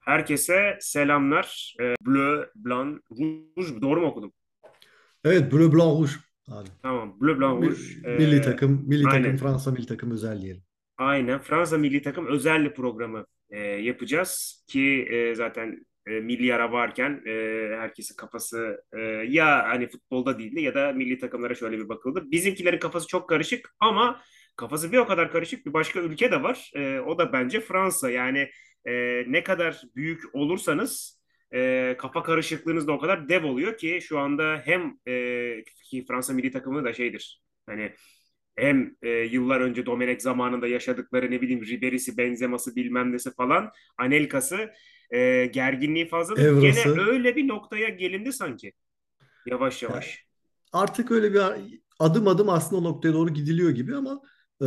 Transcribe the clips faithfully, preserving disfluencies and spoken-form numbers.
Herkese selamlar. Ee, Bleu, Blanc, Rouge. Doğru mu okudum? Evet, Bleu Blanc Rouge abi. Tamam. Bleu, Blanc, Rouge. Mi- Milli Ee, takım, milli takım aynen. Fransa milli takım özel diyelim. Aynen. Fransa milli takım özel programı e, yapacağız ki e, zaten e, milli ara varken e, herkesin kafası e, ya hani futbolda değildi ya da milli takımlara şöyle bir bakıldı. Bizimkilerin kafası çok karışık ama kafası bir o kadar karışık bir başka ülke de var. E, o da bence Fransa. Yani e, ne kadar büyük olursanız e, kafa karışıklığınız da o kadar dev oluyor ki şu anda hem e, ki Fransa milli takımı da şeydir. Hani hem e, yıllar önce Domenech zamanında yaşadıkları ne bileyim Ribery'si, Benzema'sı bilmem nesi falan Anelka'sı e, gerginliği fazladır. Gene Evrası. öyle bir noktaya gelindi sanki yavaş Yani yavaş. artık öyle bir adım adım aslında o noktaya doğru gidiliyor gibi ama e,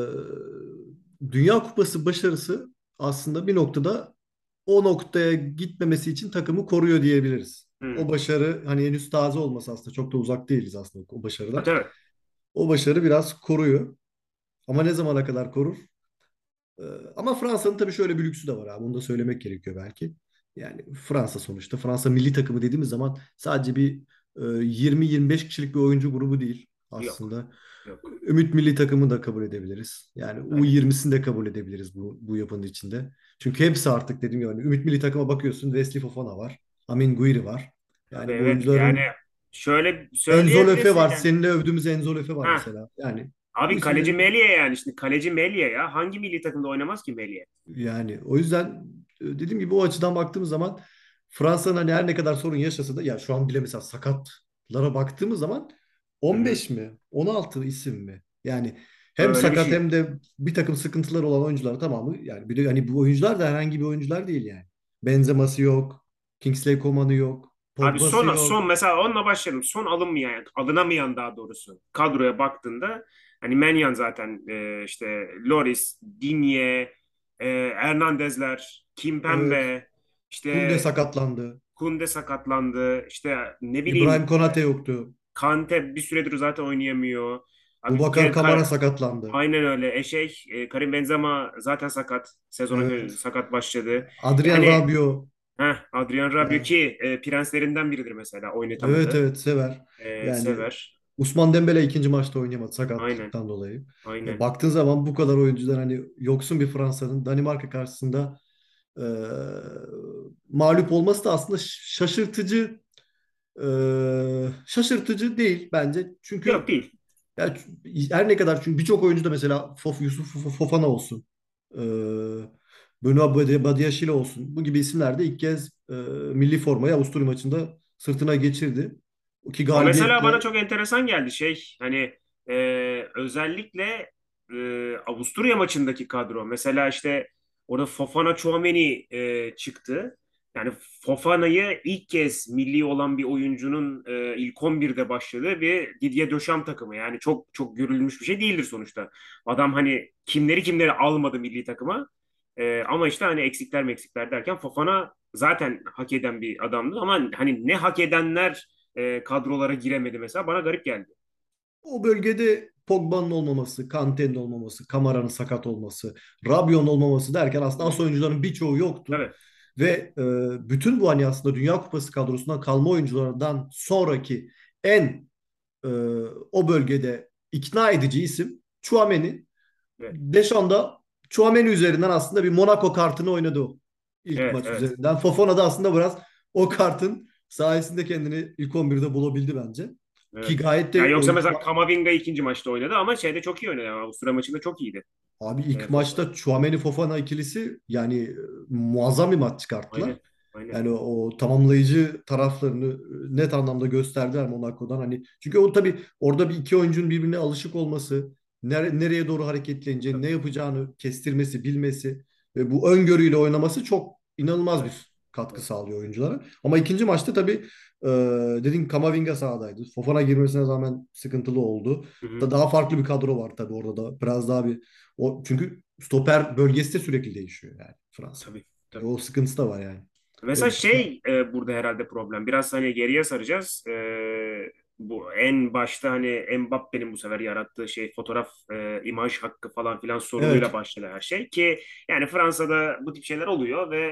Dünya Kupası başarısı aslında bir noktada o noktaya gitmemesi için takımı koruyor diyebiliriz. Hmm. O başarı hani henüz taze olması aslında çok da uzak değiliz aslında o Ha, başarıdan. tabii. O başarı biraz koruyor. Ama ne zamana kadar korur? Ee, Ama Fransa'nın tabii şöyle bir lüksü de var abi. Onu da söylemek gerekiyor belki. Yani Fransa sonuçta. Fransa milli takımı dediğimiz zaman sadece bir e, yirmi yirmi beş kişilik bir oyuncu grubu değil Yok. aslında. Yok. Ümit milli takımı da kabul edebiliriz. Yani Aynen. U yirmisini de kabul edebiliriz bu, bu yapının içinde. Çünkü hepsi artık dediğim gibi hani Ümit milli takıma bakıyorsun. Wesley Fofana var. Amin Guiri var. Tabii Yani bu evet. Yani oyuncuların şöyle Enzo Lefe söyleyebilirsin var. yani. Seninle övdüğümüz Enzo Lefe var Ha. mesela. Yani bu Abi kaleci isimlerin Melie yani şimdi kaleci Melie ya hangi milli takımda oynamaz ki Melie? Yani o yüzden e, dediğim gibi o açıdan baktığımız zaman Fransa'nın hani her ne kadar sorun yaşasa da ya şu an bile mesela sakatlara baktığımız zaman Hı hı. on beş mi on altı isim mi? Yani hem Öyle bir sakat şey. hem de bir takım sıkıntıları olan oyuncular tamamı yani bir de hani bu oyuncular da herhangi bir oyuncular değil yani. Benzeması yok. Kingsley Coman'ı yok. Abi Pogba'sı son son yok. mesela onunla başlayalım. Son alınmayan, alınamayan daha doğrusu kadroya baktığında hani Menyan zaten e, işte Loris, Digne, e, Hernandezler, Evet. Kimpembe, Kunde işte sakatlandı. Kunde sakatlandı. İşte ne İbrahim bileyim Konate yoktu. Kante bir süredir zaten oynayamıyor. Abi Boubacar gel Kamara Ka- sakatlandı. aynen öyle. E şey e, Karim Benzema zaten sakat. Sezona kö- Evet. sakat başladı. Adrien Yani Rabiot. heh, Adrian Rabiot Yani ki e, prenslerinden biridir mesela evet oynatamadı. evet sever. E, Yani sever. Usman Dembele ikinci maçta oynayamadı Aynen. sakatlıktan dolayı. Ya Aynen. baktığın zaman bu kadar oyuncudan hani yoksun bir Fransa'nın Danimarka karşısında e, mağlup olması da aslında şaşırtıcı e, şaşırtıcı değil bence. Yok Çünkü değil. ya, her ne kadar çünkü birçok oyuncu da mesela Fof, Yusuf Fof- Fofana olsun. E, Benoit Badi- Badiashile olsun. Bu gibi isimler de ilk kez e, milli formayı Avusturya maçında sırtına geçirdi. Ki O mesela bana galibiyetle çok enteresan geldi şey hani e, özellikle e, Avusturya maçındaki kadro. Mesela işte orada Fofana Tchouaméni e, çıktı. Yani Fofana'yı ilk kez milli olan bir oyuncunun e, ilk on birde başladığı bir Didier Deschamps takımı. Yani çok çok görülmüş bir şey değildir sonuçta. Adam hani kimleri kimleri almadı milli takıma. E, ama işte hani eksikler meksikler derken Fofana zaten hak eden bir adamdı ama hani ne hak edenler e, kadrolara giremedi mesela. Bana garip geldi. o bölgede Pogba'nın olmaması, Kante'nin olmaması, Kamara'nın sakat olması, Rabiot'un olmaması derken aslında as oyuncuların birçoğu yoktu. Tabii. Ve e, bütün bu hani aslında Dünya Kupası kadrosundan kalma oyunculardan sonraki en e, o bölgede ikna edici isim Tchouaméni. Evet. Deschamps da Tchouaméni üzerinden aslında bir Monaco kartını oynadı o ilk Evet. maç Evet. üzerinden. Fofana da aslında biraz o kartın sayesinde kendini ilk on birde bulabildi bence. Ki Evet. gayet Yani de o yoksa ilk mesela ma- Kamavinga ikinci maçta oynadı ama şeyde çok iyi oynadı. Yani Avusturya maçında çok iyiydi. Abi E, ilk Fofana. maçta Tchouaméni Fofana ikilisi yani e, muazzam bir maç çıkarttılar. Aynen. Aynen. Yani o tamamlayıcı taraflarını e, net anlamda gösterdiler Monaco'dan. Hani çünkü o tabii orada bir iki oyuncunun birbirine alışık olması, nere- nereye doğru hareketleneceğini, ne Tabii. yapacağını kestirmesi, bilmesi ve bu öngörüyle oynaması çok inanılmaz Evet. bir katkı Evet. sağlıyor oyunculara. Ama ikinci maçta tabii e, dediğim Kamavinga sahadaydı. Fofana girmesine rağmen sıkıntılı oldu. Hı hı. Da daha farklı bir kadro var tabii orada da. Biraz daha bir o çünkü stoper bölgesi de sürekli değişiyor yani Fransa'nın. Tabii. E, Tabii. o sıkıntısı da var yani. Mesela Ve şey e, burada herhalde problem. Biraz hani geriye saracağız. E, bu en başta hani Mbappe'nin bu sefer yarattığı şey fotoğraf e, imaj hakkı falan filan sorunuyla evet. başladı her şey ki yani Fransa'da bu tip şeyler oluyor ve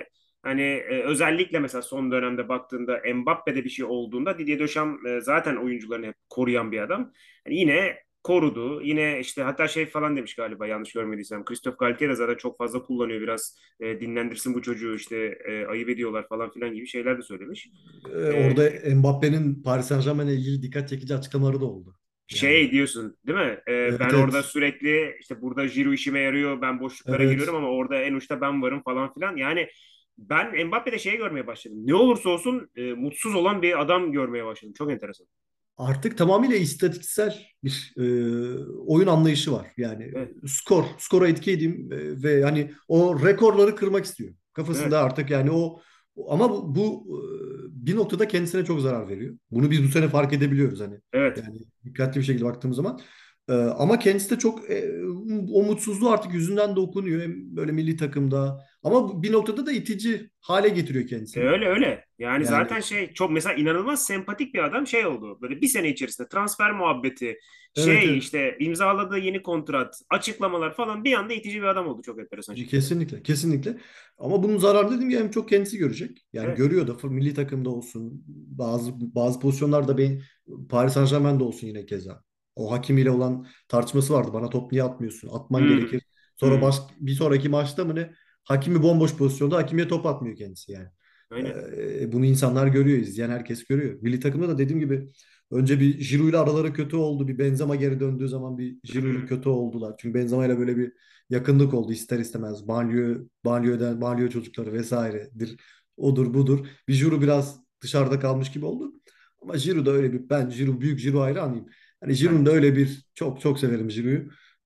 Hani e, özellikle mesela son dönemde baktığında Mbappe'de bir şey olduğunda Didier Deschamps e, zaten oyuncularını hep koruyan bir adam. Yani yine korudu. Yine işte hatta şey falan demiş galiba yanlış görmediysem. Christophe Galtier de zaten çok fazla kullanıyor biraz e, dinlendirsin bu çocuğu işte e, ayıp ediyorlar falan filan gibi şeyler de söylemiş. Ee, E, orada Mbappe'nin Paris Saint-Germain'e ilgili dikkat çekici açıklamaları da oldu. Yani Şey diyorsun değil mi? E, ben evet, orada evet. sürekli işte burada Giroud işime yarıyor. Ben boşluklara giriyorum Evet. ama orada en uçta ben varım falan filan. Yani ben Mbappe'de şey görmeye başladım. Ne olursa olsun e, mutsuz olan bir adam görmeye başladım. Çok enteresan. Artık tamamıyla istatistiksel bir e, oyun anlayışı var. Yani Evet, skor, skora etki edeyim e, ve hani o rekorları kırmak istiyor. Kafasında evet, artık yani o ama bu, bu e, bir noktada kendisine çok zarar veriyor. Bunu biz bu sene fark edebiliyoruz hani. evet. Yani dikkatli bir şekilde baktığımız zaman. E, ama kendisi de çok e, o mutsuzluğu artık yüzünden de okunuyor. Hem böyle milli takımda ama bir noktada da itici hale getiriyor E, kendisini. öyle öyle. Yani Yani zaten şey çok mesela inanılmaz sempatik bir adam şey oldu. Böyle bir sene içerisinde transfer muhabbeti, evet, şey evet. işte imzaladığı yeni kontrat, açıklamalar falan bir anda itici bir adam oldu çok enteresan şekilde. Kesinlikle, kesinlikle. Ama bunun zararını dediğim gibi hem çok kendisi görecek. Yani Evet. görüyor da milli takımda olsun, bazı bazı pozisyonlarda ben Paris Saint-Germain'de olsun yine keza. O Hakimi ile olan tartışması vardı. Bana top niye atmıyorsun? Atman Hmm, gerekir. Sonra hmm. baş, bir sonraki maçta mı ne? Hakimi bomboş pozisyonda Hakimi'ye top atmıyor kendisi yani. Aynen. Ee, bunu insanlar görüyor, izleyen herkes görüyor. Milli takımda da dediğim gibi önce bir Giroud ile araları kötü oldu. Bir Benzema geri döndüğü zaman bir Giroud ile Hmm, kötü oldular. Çünkü Benzema ile böyle bir yakınlık oldu ister istemez. Banliyö, banliyöden, banliyö çocukları vesairedir. Odur budur. Bir Giroud biraz dışarıda kalmış gibi oldu. Ama Giroud da öyle bir ben Giroud büyük Giroud hayranıyım. Hani ben Giroud'un da de. öyle bir çok çok severim Giroud'u.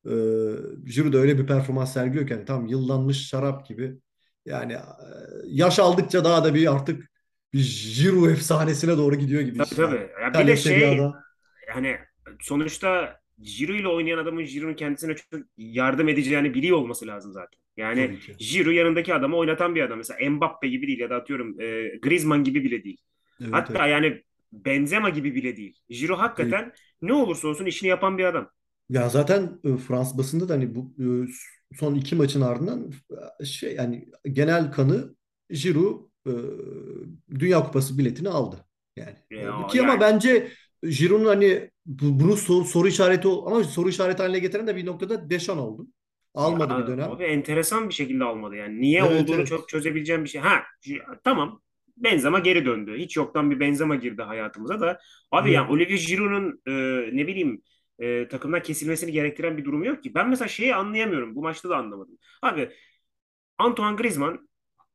Ee, Giroud da öyle bir performans sergiliyor ki hani tam yıllanmış şarap gibi. Yani e, yaş aldıkça daha da bir artık bir Giroud efsanesine doğru gidiyor gibi Tabii iş yani. tabii. Ya bir de İtalya Serie şey A'da yani sonuçta Jiro ile oynayan adamın Jiro'nun kendisine çok yardım edeceğini biliyor olması lazım zaten. Yani tabii ki. Jiro yanındaki adamı oynatan bir adam. Mesela Mbappe gibi değil ya da atıyorum e, Griezmann gibi bile değil. Evet, Hatta evet. yani Benzema gibi bile değil. Jiro Değil. hakikaten ne olursa olsun işini yapan bir adam. Ya zaten e, Fransız basında da hani bu e, son iki maçın ardından e, şey yani genel kanı Giroud e, Dünya Kupası biletini aldı. Yani E, Ya, ki ama yani bence Giroud'un hani bu- bunu sor- soru işareti ol- ama soru işareti haline getiren de bir noktada Deschamps oldu. ya Almadı bir dönem. abi enteresan bir şekilde almadı yani. Niye Evet, olduğunu çok evet. çözebileceğim bir şey. Ha J- tamam. Benzema geri döndü. Hiç yoktan bir Benzema girdi hayatımıza da. Abi yani Evet. Olivier Giroud'un e, ne bileyim e, takımdan kesilmesini gerektiren bir durumu yok ki. Ben mesela şeyi anlayamıyorum. Bu maçta da anlamadım. Abi Antoine Griezmann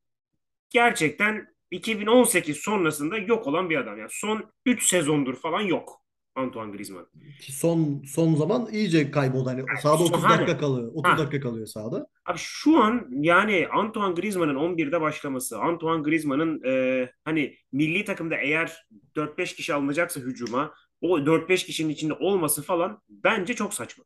gerçekten iki bin on sekiz sonrasında yok olan bir adam. Yani son üç sezondur falan yok Antoine Griezmann. Ki son son zaman iyice kayboldu. Hani o sahada So, otuz dakika hani kalıyor. otuz ha dakika kalıyor sahada. Abi şu an yani Antoine Griezmann'ın on birde başlaması, Antoine Griezmann'ın e, hani milli takımda eğer dört beş kişi alınacaksa hücuma o dört beş kişinin içinde olması falan bence çok saçma.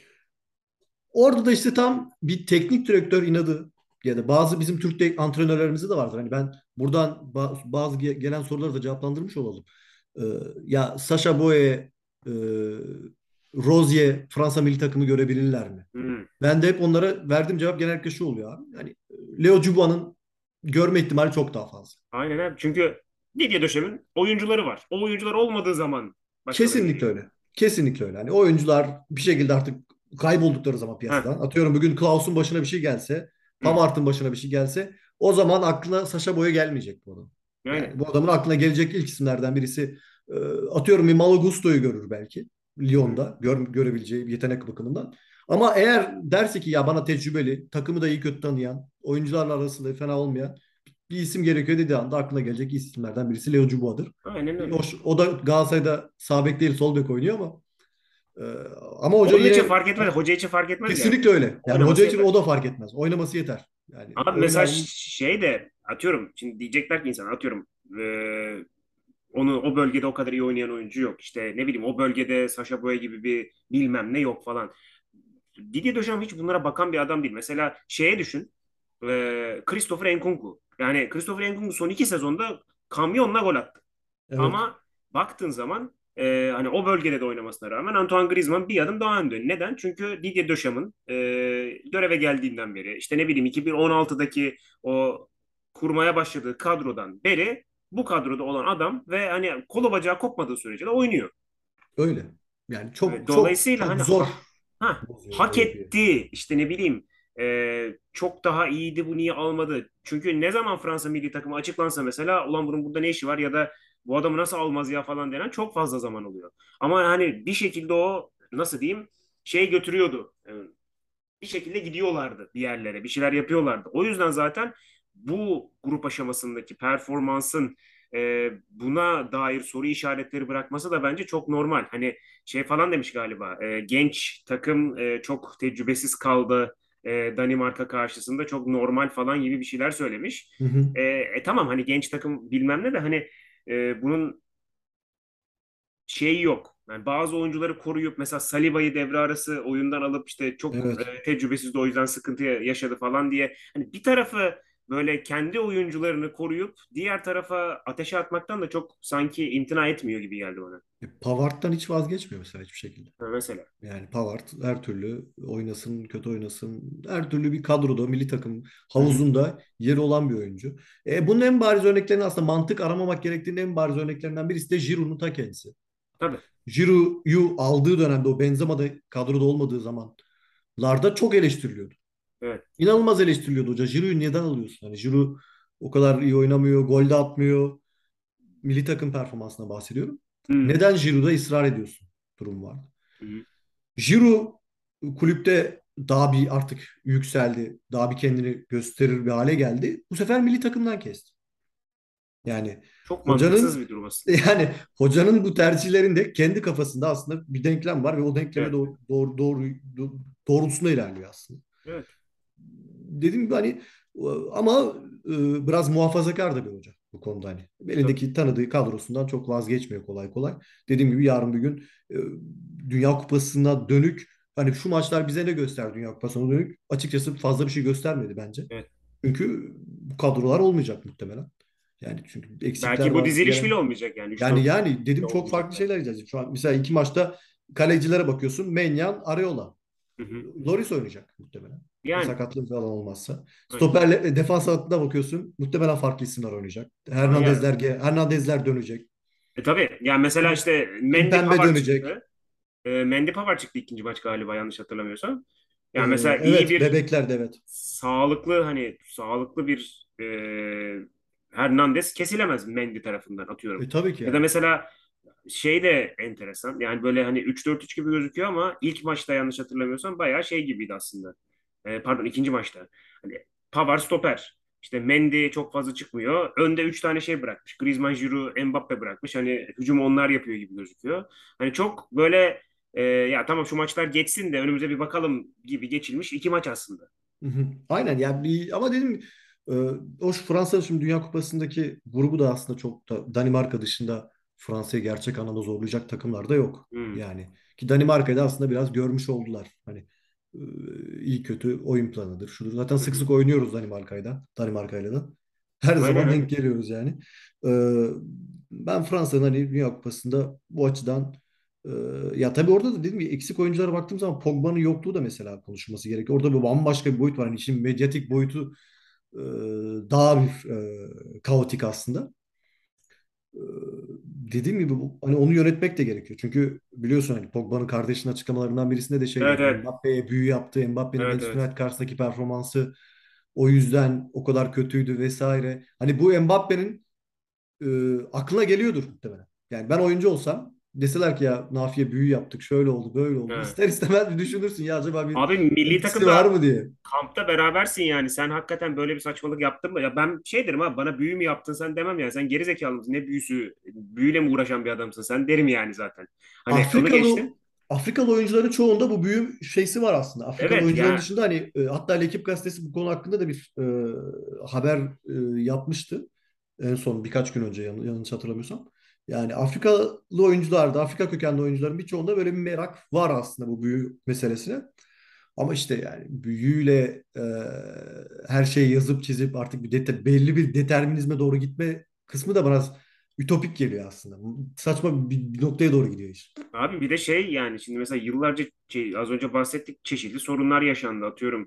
Orada da işte tam bir teknik direktör inadı ya da bazı bizim Türk de- antrenörlerimizde de vardır. Hani ben buradan ba- bazı ge- gelen soruları da cevaplandırmış olalım. Ee, ya Sacha Boey, e, Rozier Fransa milli takımı görebilirler mi? Hmm. Ben de hep onlara verdiğim cevap genellikle şu oluyor abi. Yani Leo Dubois'ın görme ihtimali çok daha fazla. Aynen abi. Çünkü Didier Dechamps'in oyuncuları var. O oyuncular olmadığı zaman başkaları Kesinlikle geliyor. öyle. Kesinlikle öyle. Hani oyuncular bir şekilde artık kayboldukları zaman Heh. piyasadan. Atıyorum bugün Klaus'un başına bir şey gelse, Hmm. Pavart'ın başına bir şey gelse o zaman aklına Sacha Boey gelmeyecek bu adam. Aynen. Yani bu adamın aklına gelecek ilk isimlerden birisi e, atıyorum bir Malo Gusto'yu görür belki. Hmm. Lyon'da gör, görebileceği bir yetenek bakımından. Ama eğer derse ki ya bana tecrübeli, takımı da iyi kötü tanıyan, oyuncularla arasında fena olmayan bir isim gerekiyor dediği anda aklına gelecek isimlerden birisi Leo Dubois'dır. Aynen O, öyle. o da Galatasaray'da sağ bek değil sol bek oynuyor ama e, ama hoca Onun için yine fark etmez. Hoca için fark etmez yani. kesinlikle öyle. Yani hoca Oynaması için yeter. o da fark etmez. Oynaması yeter. Yani Abi mesela oynar mı? şey de atıyorum şimdi diyecekler ki insan atıyorum e, onu o bölgede o kadar iyi oynayan oyuncu yok. İşte ne bileyim o bölgede Sacha Boey gibi bir bilmem ne yok falan. Didier Deschamps hiç bunlara bakan bir adam değil. Mesela şeye düşün. E, Christopher Nkunku. Yani Christopher Nkunku son iki sezonda kamyonla gol attı. Evet. Ama baktığın zaman e, hani o bölgede de oynamasına rağmen Antoine Griezmann bir adım daha önde. Neden? Çünkü Didier Dechamps'ın e, göreve geldiğinden beri işte ne bileyim iki bin on altıdaki o kurmaya başladığı kadrodan beri bu kadroda olan adam ve hani kolu bacağı kopmadığı sürece de oynuyor. Öyle. Yani E, çok çok Dolayısıyla çok hani zor ha, ha, bozuyor o hak yapıyı. etti işte ne bileyim e, çok daha iyiydi bu niye almadı? Çünkü ne zaman Fransa milli takımı açıklansa mesela ulan bunun burada ne işi var ya da bu adamı nasıl almaz ya falan denen çok fazla zaman oluyor. Ama hani bir şekilde o nasıl diyeyim şey götürüyordu. E, bir şekilde gidiyorlardı bir yerlere, bir şeyler yapıyorlardı. O yüzden zaten bu grup aşamasındaki performansın e, buna dair soru işaretleri bırakması da bence çok normal. Hani şey falan demiş galiba, e, genç takım e, çok tecrübesiz kaldı. E, Danimarka karşısında çok normal falan gibi bir şeyler söylemiş. Hı hı. E, e, tamam hani genç takım bilmem ne de hani e, bunun şeyi yok. Yani bazı oyuncuları koruyup mesela Saliba'yı devre arası oyundan alıp işte çok Evet. e, tecrübesiz de o yüzden sıkıntı yaşadı falan diye. Hani bir tarafı böyle kendi oyuncularını koruyup diğer tarafa ateşe atmaktan da çok sanki imtina etmiyor gibi geldi bana. E, Pavard'dan hiç vazgeçmiyor mesela hiçbir şekilde. Ha, mesela. Yani Pavard her türlü oynasın, kötü oynasın, her türlü bir kadroda, milli takım Hı hı. havuzunda yeri olan bir oyuncu. E, bunun en bariz örneklerini aslında mantık aramamak gerektiğinin en bariz örneklerinden birisi de Giroud'un ta kendisi. Tabii. Giroud'u aldığı dönemde o Benzema'da kadroda olmadığı zamanlarda çok eleştiriliyordu. Evet. İnanılmaz eleştiriliyordu hoca. Giroud'u neden alıyorsun? Hani Giroud o kadar iyi oynamıyor, gol de atmıyor. Milli takım performansına bahsediyorum. Hı Neden Giroud'a ısrar ediyorsun? Durum var. hı. Giroud kulüpte daha bir artık yükseldi. Daha bir kendini gösterir bir hale geldi. Bu sefer milli takımdan kesti. Yani Çok mantıksız hocanın bir durum aslında. yani hocanın bu tercihlerinde kendi kafasında aslında bir denklem var ve o denkleme Evet. doğru, doğru, doğru doğrultusunda ilerliyor aslında. Evet. Dediğim gibi hani e, ama e, biraz muhafazakar da bir hoca bu konuda hani. Tabii. Elindeki tanıdığı kadrosundan çok vazgeçmiyor kolay kolay. Dediğim gibi yarın bir gün e, Dünya Kupası'na dönük hani şu maçlar bize ne göster Dünya Kupası'na dönük? Açıkçası fazla bir şey göstermedi bence. Evet. Çünkü bu kadrolar olmayacak muhtemelen. Yani çünkü eksikler Belki bu var. diziliş bile Gelen olmayacak yani. Üç yani dört yani dedim çok olmayacak farklı belki. şeyler izleyeceğiz. Şu an mesela iki maçta kalecilere bakıyorsun. Menyan, Areola. Hı hı. Loris oynayacak muhtemelen. Yani. Sakatlık falan olmazsa. Aynen. Stoperle e, defans hattına bakıyorsun. Muhtemelen farklı isimler oynayacak. Ha, ya. Hernandezler, Hernandezler dönecek. E tabii. Yani mesela işte Mendy Kimpembe Pavard dönecek. çıktı. E, Mendy Pavard çıktı ikinci maç galiba yanlış hatırlamıyorsam. Ee, Yani mesela iyi evet, bir bebekler de evet. sağlıklı hani sağlıklı bir e, Hernandez kesilemez Mendy tarafından atıyorum. E, tabii ki Ya da yani. mesela şey de enteresan. Yani böyle hani üç dört üç gibi gözüküyor ama ilk maçta yanlış hatırlamıyorsam bayağı şey gibiydi aslında. E, pardon ikinci maçta. Hani Pavard stoper. İşte Mendy çok fazla çıkmıyor. Önde üç tane şey bırakmış. Griezmann, Giroud, Mbappe bırakmış. Hani hücumu onlar yapıyor gibi gözüküyor. Hani çok böyle e, ya tamam şu maçlar geçsin de önümüze bir bakalım gibi geçilmiş iki maç aslında. Hı hı. Aynen yani bir, ama dedim e, o şu Fransa şimdi Dünya Kupası'ndaki grubu da aslında çok da Danimarka dışında Fransa'yı gerçek anlamda zorlayacak takımlar da yok. Hmm. Yani ki Danimarka'yı da aslında biraz görmüş oldular. Hani e, iyi kötü oyun planıdır. Şudur. Zaten Hı sık hı. sık oynuyoruz Danimarka'yla. Danimarka'yla da. Her Aynen zaman denk aynen. geliyoruz yani. E, ben Fransa'nın hani Dünya Kupası'nda bu açıdan ee, ya tabii orada da dedim ki eksik oyunculara baktığım zaman Pogba'nın yokluğu da mesela konuşulması gerekiyor. Orada bir bambaşka bir boyut var. Yani işin medyatik boyutu e, daha bir e, kaotik aslında. Ee, dediğim gibi bu, hani onu yönetmek de gerekiyor. Çünkü biliyorsun hani Pogba'nın kardeşinin açıklamalarından birisinde de şey Evet diyordu. evet. Mbappe'ye büyü yaptı. Mbappe'nin Evet Manchester evet. United karşısındaki performansı o yüzden o kadar kötüydü vesaire. Hani bu Mbappe'nin e, aklına geliyordur muhtemelen. Yani ben oyuncu olsam deseler ki ya Nafiye büyü yaptık şöyle oldu böyle oldu. Evet. İster istemez bir düşünürsün ya acaba bir Abi milli etkisi var takımda mı diye. kampta berabersin yani. Sen hakikaten böyle bir saçmalık yaptın mı? Ya ben şey derim abi bana büyü mü yaptın sen demem yani. Sen geri zekalı mısın? Ne büyüsü? Büyüyle mi uğraşan bir adamsın? Sen derim yani zaten. Hani onu Afrikalı geçtim. Afrikalı oyuncuların çoğunda bu büyü şeysi var aslında. Afrikalı Evet oyuncuların ya. dışında hani e, hatta L'Ekip gazetesi bu konu hakkında da bir e, haber e, yapmıştı. En son birkaç gün önce yan- yanlış hatırlamıyorsam. Yani Afrikalı oyuncularda, Afrika kökenli oyuncuların birçoğunda böyle bir merak var aslında bu büyü meselesine. Ama işte yani büyüyle e, her şeyi yazıp çizip artık bir dete- belli bir determinizme doğru gitme kısmı da bana ütopik geliyor aslında. Saçma bir, bir noktaya doğru gidiyor iş. Abi bir de şey yani şimdi mesela yıllarca şey, az önce bahsettik çeşitli sorunlar yaşandı atıyorum.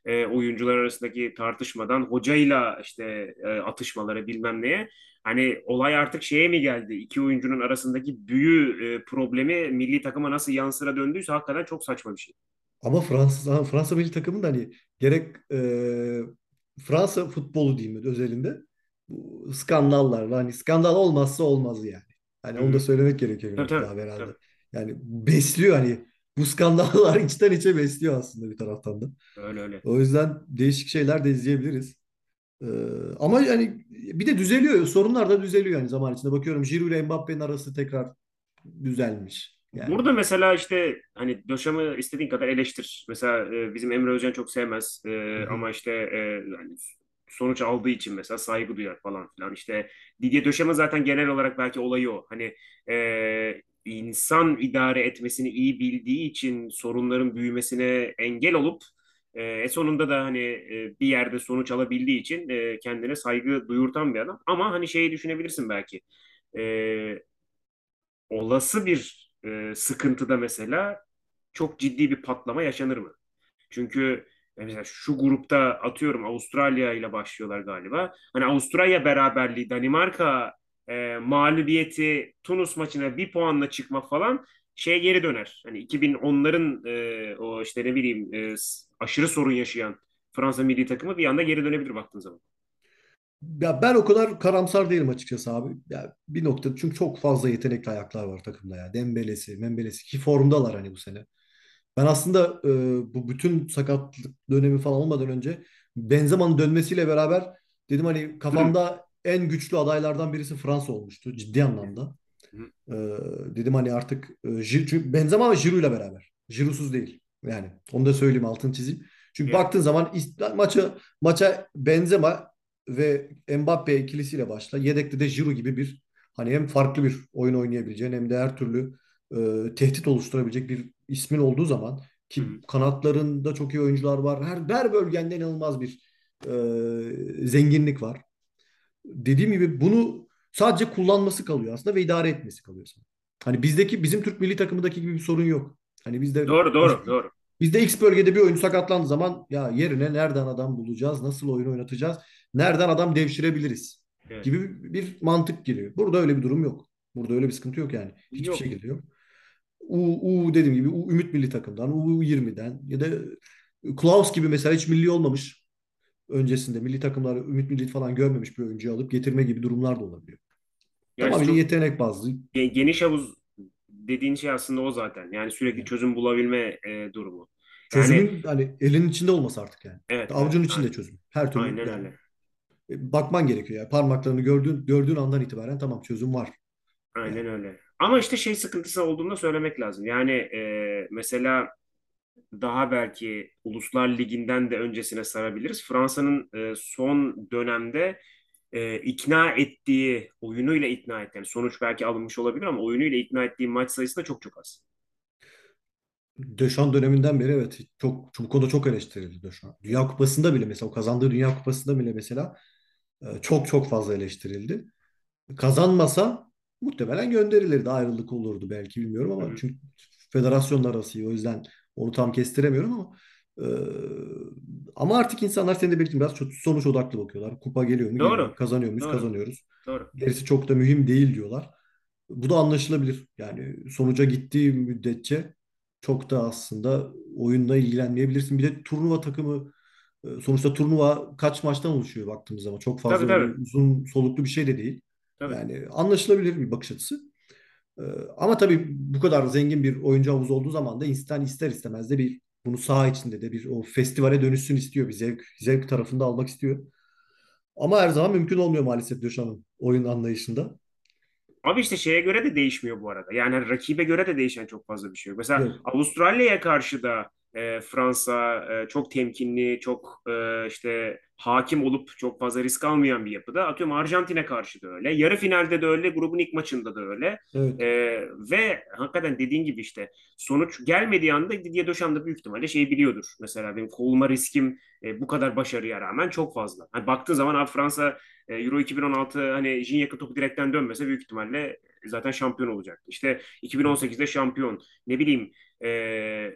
e, oyuncular arasındaki tartışmadan hocayla işte e, atışmaları bilmem neye. Hani olay artık şeye mi geldi? İki oyuncunun arasındaki büyü e, problemi milli takıma nasıl yansıra döndüyse hakikaten çok saçma bir şey. Ama Fransa Fransa milli takımın da hani gerek e, Fransa futbolu diyeyim özelinde bu skandallarla hani skandal olmazsa olmaz yani. Hani Hı onu da hı. söylemek gerekiyor bir Tabii noktada tabii. abi herhalde. Tabii. Yani besliyor hani bu skandallar içten içe besliyor aslında bir taraftan da. Öyle öyle. O yüzden değişik şeyler de izleyebiliriz. Ee, ama yani bir de düzeliyor. Sorunlar da düzeliyor yani zaman içinde. Bakıyorum Giroud ile Mbappe'nin arası tekrar düzelmiş. Yani Burada mesela işte hani Döşem'i istediğin kadar eleştir. Mesela e, bizim Emre Özcan çok sevmez. hı E, hı. ama işte e, yani sonuç aldığı için mesela saygı duyar falan filan. İşte Didier Döşem'in zaten genel olarak belki olayı o. Hani e, insan idare etmesini iyi bildiği için sorunların büyümesine engel olup e, sonunda da hani e, bir yerde sonuç alabildiği için e, kendine saygı duyurtan bir adam. Ama hani şeyi düşünebilirsin belki. E, olası bir e, sıkıntıda mesela çok ciddi bir patlama yaşanır mı? Çünkü mesela şu grupta atıyorum Avustralya ile başlıyorlar galiba. Hani Avustralya beraberliği, Danimarka e, mağlubiyeti, Tunus maçına bir puanla çıkma falan şeye geri döner. Hani iki bin onların e, o işte ne bileyim e, aşırı sorun yaşayan Fransa milli takımı bir anda geri dönebilir baktığın zaman. ya ben o kadar karamsar değilim açıkçası abi. Ya bir nokta çünkü çok fazla yetenekli ayaklar var takımda ya. Dembele'si, Membele'si ki formdalar hani bu sene. Ben aslında e, bu bütün sakatlık dönemi falan olmadan önce Benzema'nın dönmesiyle beraber dedim hani kafamda en güçlü adaylardan birisi Fransa olmuştu ciddi anlamda. E, dedim hani artık e, Jir- çünkü Benzema ve Giroud'la beraber. Giroud'suz değil. Yani onu da söyleyeyim altını çizeyim. Çünkü Yani, baktığın zaman ist- maçı maça Benzema ve Mbappe ikilisiyle başla. Yedekte de Giroud gibi bir hani hem farklı bir oyun oynayabileceğin hem de her türlü e, tehdit oluşturabilecek bir ismin olduğu zaman ki kanatlarında çok iyi oyuncular var. Her, her bölgende inanılmaz bir e, zenginlik var. Dediğim gibi bunu sadece kullanması kalıyor aslında ve idare etmesi kalıyor sana. Hani bizdeki bizim Türk milli takımındaki gibi bir sorun yok. Hani bizde doğru işte doğru doğru. bizde X bölgede bir oyuncu sakatlandığı zaman ya yerine nereden adam bulacağız, nasıl oyun oynatacağız, nereden adam devşirebiliriz Evet. gibi bir mantık geliyor. Burada öyle bir durum yok. Burada öyle bir sıkıntı yok yani. Hiçbir Yok. şekilde yok. U, U dediğim gibi U, Ümit Milli Takım'dan, U yirmiden ya da Klaus gibi mesela hiç milli olmamış öncesinde milli takımlar Ümit Milli falan görmemiş bir oyuncuyu alıp getirme gibi durumlar da olabiliyor. Yani işte Tamamıyla çok yetenek bazlı. ge- geniş havuz dediğin şey aslında o zaten. Yani sürekli Yani çözüm bulabilme e, durumu. Yani çözümün hani elinin içinde olması artık yani. evet Hatta evet avucun içinde aynen, çözüm. Her türlü aynen yani öyle. e, bakman gerekiyor yani. Parmaklarını gördüğün gördüğün andan itibaren tamam çözüm var. Aynen Yani öyle. Ama işte şey sıkıntısı olduğunu da söylemek lazım. Yani e, mesela daha belki Uluslar Ligi'nden de öncesine sarabiliriz. Fransa'nın e, son dönemde e, ikna ettiği, oyunuyla ikna ettiği, yani sonuç belki alınmış olabilir ama oyunuyla ikna ettiği maç sayısı da çok çok az. Deschamps döneminden beri evet çok, çok bu konuda çok eleştirildi Deschamps. Dünya Kupası'nda bile mesela o kazandığı Dünya Kupası'nda bile mesela e, çok çok fazla eleştirildi. Kazanmasa muhtemelen gönderilirdi. Ayrılık olurdu belki bilmiyorum Hı ama hı. çünkü federasyonlar arası iyi. O yüzden onu tam kestiremiyorum ama e, ama artık insanlar senin de belirttiğin biraz çok sonuç odaklı bakıyorlar. Kupa geliyor mu? Geliyor. Doğru, Kazanıyor muyuz? doğru, Kazanıyoruz. doğru. Gerisi çok da mühim değil diyorlar. Bu da anlaşılabilir. Yani sonuca gittiği müddetçe çok da aslında oyunla ilgilenmeyebilirsin. Bir de turnuva takımı e, sonuçta turnuva kaç maçtan oluşuyor baktığımız zaman. Çok Tabii fazla öyle tabii, uzun soluklu bir şey de değil. tabii. Yani anlaşılabilir bir bakış açısı. E, ama tabii bu kadar zengin bir oyuncu havuzu olduğu zaman da insan ister istemez de bir bunu saha içinde de bir o festivale dönüşsün istiyor. Bir zevk, zevk tarafında almak istiyor. Ama her zaman mümkün olmuyor maalesef Döşan'ın oyun anlayışında. Abi işte şeye göre de değişmiyor bu arada. Yani hani rakibe göre de değişen çok fazla bir şey yok. Mesela Yok. Avustralya'ya karşı da e, Fransa e, çok temkinli, çok e, işte hakim olup çok fazla risk almayan bir yapıda. Atıyorum Arjantin'e karşı da öyle. Yarı finalde de öyle, grubun ilk maçında da öyle. Evet. E, ve hakikaten dediğin gibi işte sonuç gelmediği anda Didier Deschamps da büyük ihtimalle şey biliyordur. Mesela benim kovulma riskim e, bu kadar başarıya rağmen çok fazla. Hani baktığı zaman abi Fransa e, Euro iki bin on altı hani Gignac topu direkten dönmese büyük ihtimalle zaten şampiyon olacaktı. İşte iki bin on sekizde şampiyon. Ne bileyim e,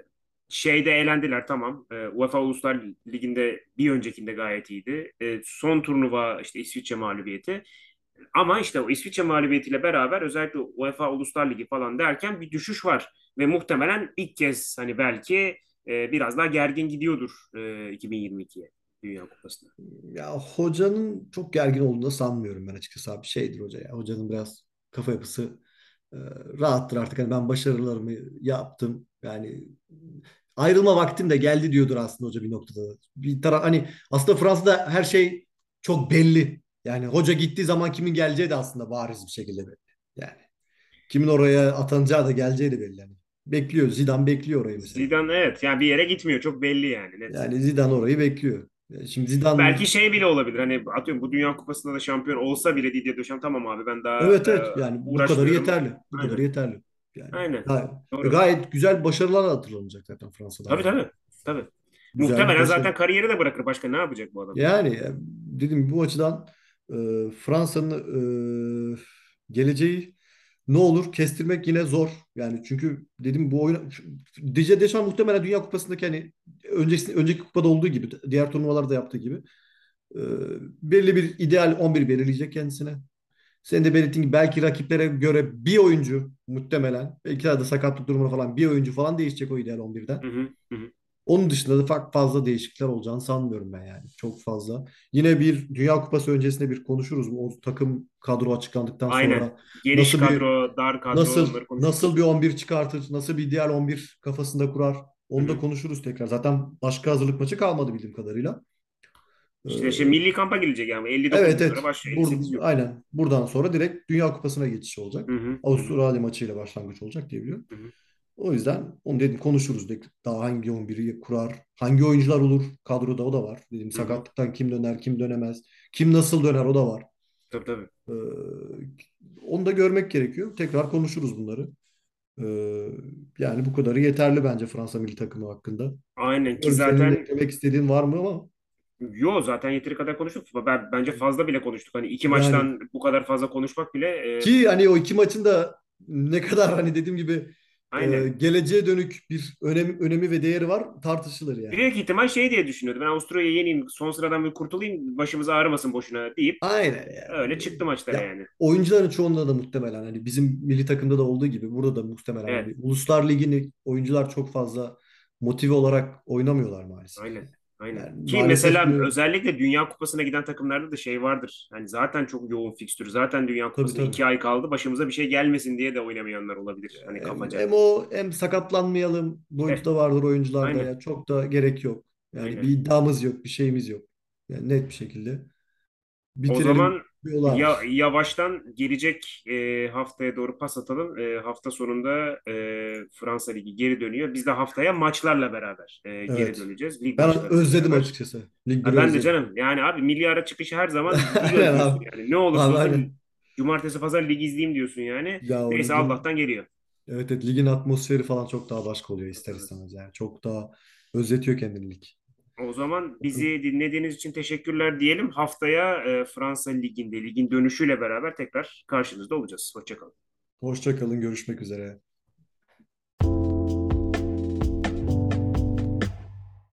Şeyde elendiler tamam. E, UEFA Uluslar Ligi'nde bir öncekinde gayet iyiydi. E, son turnuva işte İsviçre mağlubiyeti. Ama işte o İsviçre mağlubiyetiyle beraber özellikle UEFA Uluslar Ligi falan derken bir düşüş var. Ve muhtemelen ilk kez hani belki e, biraz daha gergin gidiyordur e, iki bin yirmi ikiye Dünya Kupası'na. Ya hocanın çok gergin olduğunu da sanmıyorum ben açıkçası abi. Şeydir hoca ya. Hocanın biraz kafa yapısı e, rahattır artık. Hani ben başarılarımı yaptım. Yani ayrılma vaktim de geldi diyordur aslında hoca bir noktada. Bir taraf hani aslında Fransa'da her şey çok belli. Yani hoca gittiği zaman kimin geleceği de aslında bariz bir şekilde belli. Yani kimin oraya atanacağı da geleceği de belli. Yani bekliyor. Zidane bekliyor orayı mesela. Zidane evet yani bir yere gitmiyor çok belli yani net. Yani Zidane orayı bekliyor. Yani şimdi Zidane. Belki şey bile olabilir hani atıyorum bu Dünya Kupası'nda da şampiyon olsa bile Didier Deschamps tamam abi ben daha Evet, e, evet, yani bu kadarı uğraşmıyorum. yeterli. Bu kadarı Aynen yeterli. Yani aynen gayet, e, doğru. gayet güzel başarılar hatırlanacak zaten Fransa'dan Tabii yani. tabii tabii. Güzel bir Muhtemelen başarı. zaten kariyeri de bırakır başka ne yapacak bu adam? Yani e, dedim bu açıdan e, Fransa'nın e, geleceği ne olur kestirmek yine zor. Yani çünkü dedim bu oyun Didier Deschamps muhtemelen Dünya Kupası'ndaki hani önceki, önceki kupada olduğu gibi diğer turnuvalarda yaptığı gibi e, belli bir ideal on bir belirleyecek kendisine. Senin de belirttiğin gibi belki rakiplere göre bir oyuncu muhtemelen belki de sakatlık durumuna falan bir oyuncu falan değişecek o ideal on birden. Hı hı, hı hı. Onun dışında da farklı fazla değişiklikler olacağını sanmıyorum ben yani. Çok fazla. Yine bir Dünya Kupası öncesinde bir konuşuruz. O takım kadro açıklandıktan Aynen. sonra Geniş nasıl bir kadro, dar kadro nasıl onları nasıl konuşuruz. bir on bir çıkartır, nasıl bir ideal on bir kafasında kurar Hı onu da hı. konuşuruz tekrar. Zaten başka hazırlık maçı kalmadı bildiğim kadarıyla. İşte şey Ee, milli kampa girecek yani. elli dokuz Evet, gün sonra evet. başlıyor. elli sekiz Bur yok. aynen. Buradan sonra direkt Dünya Kupası'na geçiş olacak. Hı hı, hı hı, Avustralya maçıyla başlangıç olacak diye biliyorum. hı hı, O yüzden onu dedim konuşuruz. De, daha hangi on biri kurar, hangi oyuncular olur kadroda o da var. Dedim hı hı. sakatlıktan kim döner, kim dönemez, kim nasıl döner o da var. Tabii tabii. Ee, Onu da görmek gerekiyor. Tekrar konuşuruz bunları. Ee, Yani bu kadarı yeterli bence Fransa milli takımı hakkında. Aynen ki Bilmiyorum senin de zaten eklemek istediğin var mı ama yo zaten yeteri kadar konuştuk. Ben, bence fazla bile konuştuk. Hani iki yani maçtan bu kadar fazla konuşmak bile e, ki hani o iki maçın da ne kadar hani dediğim gibi e, aynen. geleceğe dönük bir önemi, önemi ve değeri var tartışılır yani. Büyük ihtimal şey diye düşünüyordu. Ben Avusturya'yı yeneyim, son sıradan bir kurtulayım, başımız ağrımasın boşuna deyip Aynen öyle yani. çıktı maçlara Ya yani. oyuncuların çoğunda da muhtemelen hani bizim milli takımda da olduğu gibi burada da muhtemelen Evet, hani Uluslar Ligi'ni oyuncular çok fazla motive olarak oynamıyorlar maalesef. aynen. Aynen. Yani Ki maalesef mesela diyorum. özellikle Dünya Kupası'na giden takımlarda da şey vardır. Hani zaten çok yoğun fikstür. Zaten Dünya Tabii, Kupası'na tabii. iki ay kaldı. Başımıza bir şey gelmesin diye de oynamayanlar olabilir. Hani Hem, kafaca. hem o hem sakatlanmayalım boyutu Eh, da vardır oyuncularda aynen. ya. Çok da gerek yok. Yani bir Aynen. iddiamız yok, bir şeyimiz yok. Yani net bir şekilde O bitirelim zaman diyorlar. ya yavaştan gelecek e, haftaya doğru pas atalım. E, hafta sonunda e, Fransa Ligi geri dönüyor. Biz de haftaya maçlarla beraber e, geri Evet. döneceğiz. Lig Ben maçlarıyla özledim beraber. açıkçası. Lig Ha, biri ben de özledim. canım. Yani abi milli ara çıkışı her zaman ligi Aynen özlüyorsun abi. yani. Ne olursa Abi olsun aynen. cumartesi pazar lig izleyeyim diyorsun yani. Ya o Neyse ligin Allah'tan geliyor. evet, evet, ligin atmosferi falan çok daha başka oluyor Tabii, ister tabii. istemez yani. Çok daha özletiyor kendini lig. O zaman Bakın. bizi dinlediğiniz için teşekkürler diyelim. Haftaya e, Fransa Ligi'nde ligin dönüşüyle beraber tekrar karşınızda olacağız. Hoşça kalın. Hoşça kalın. Görüşmek üzere.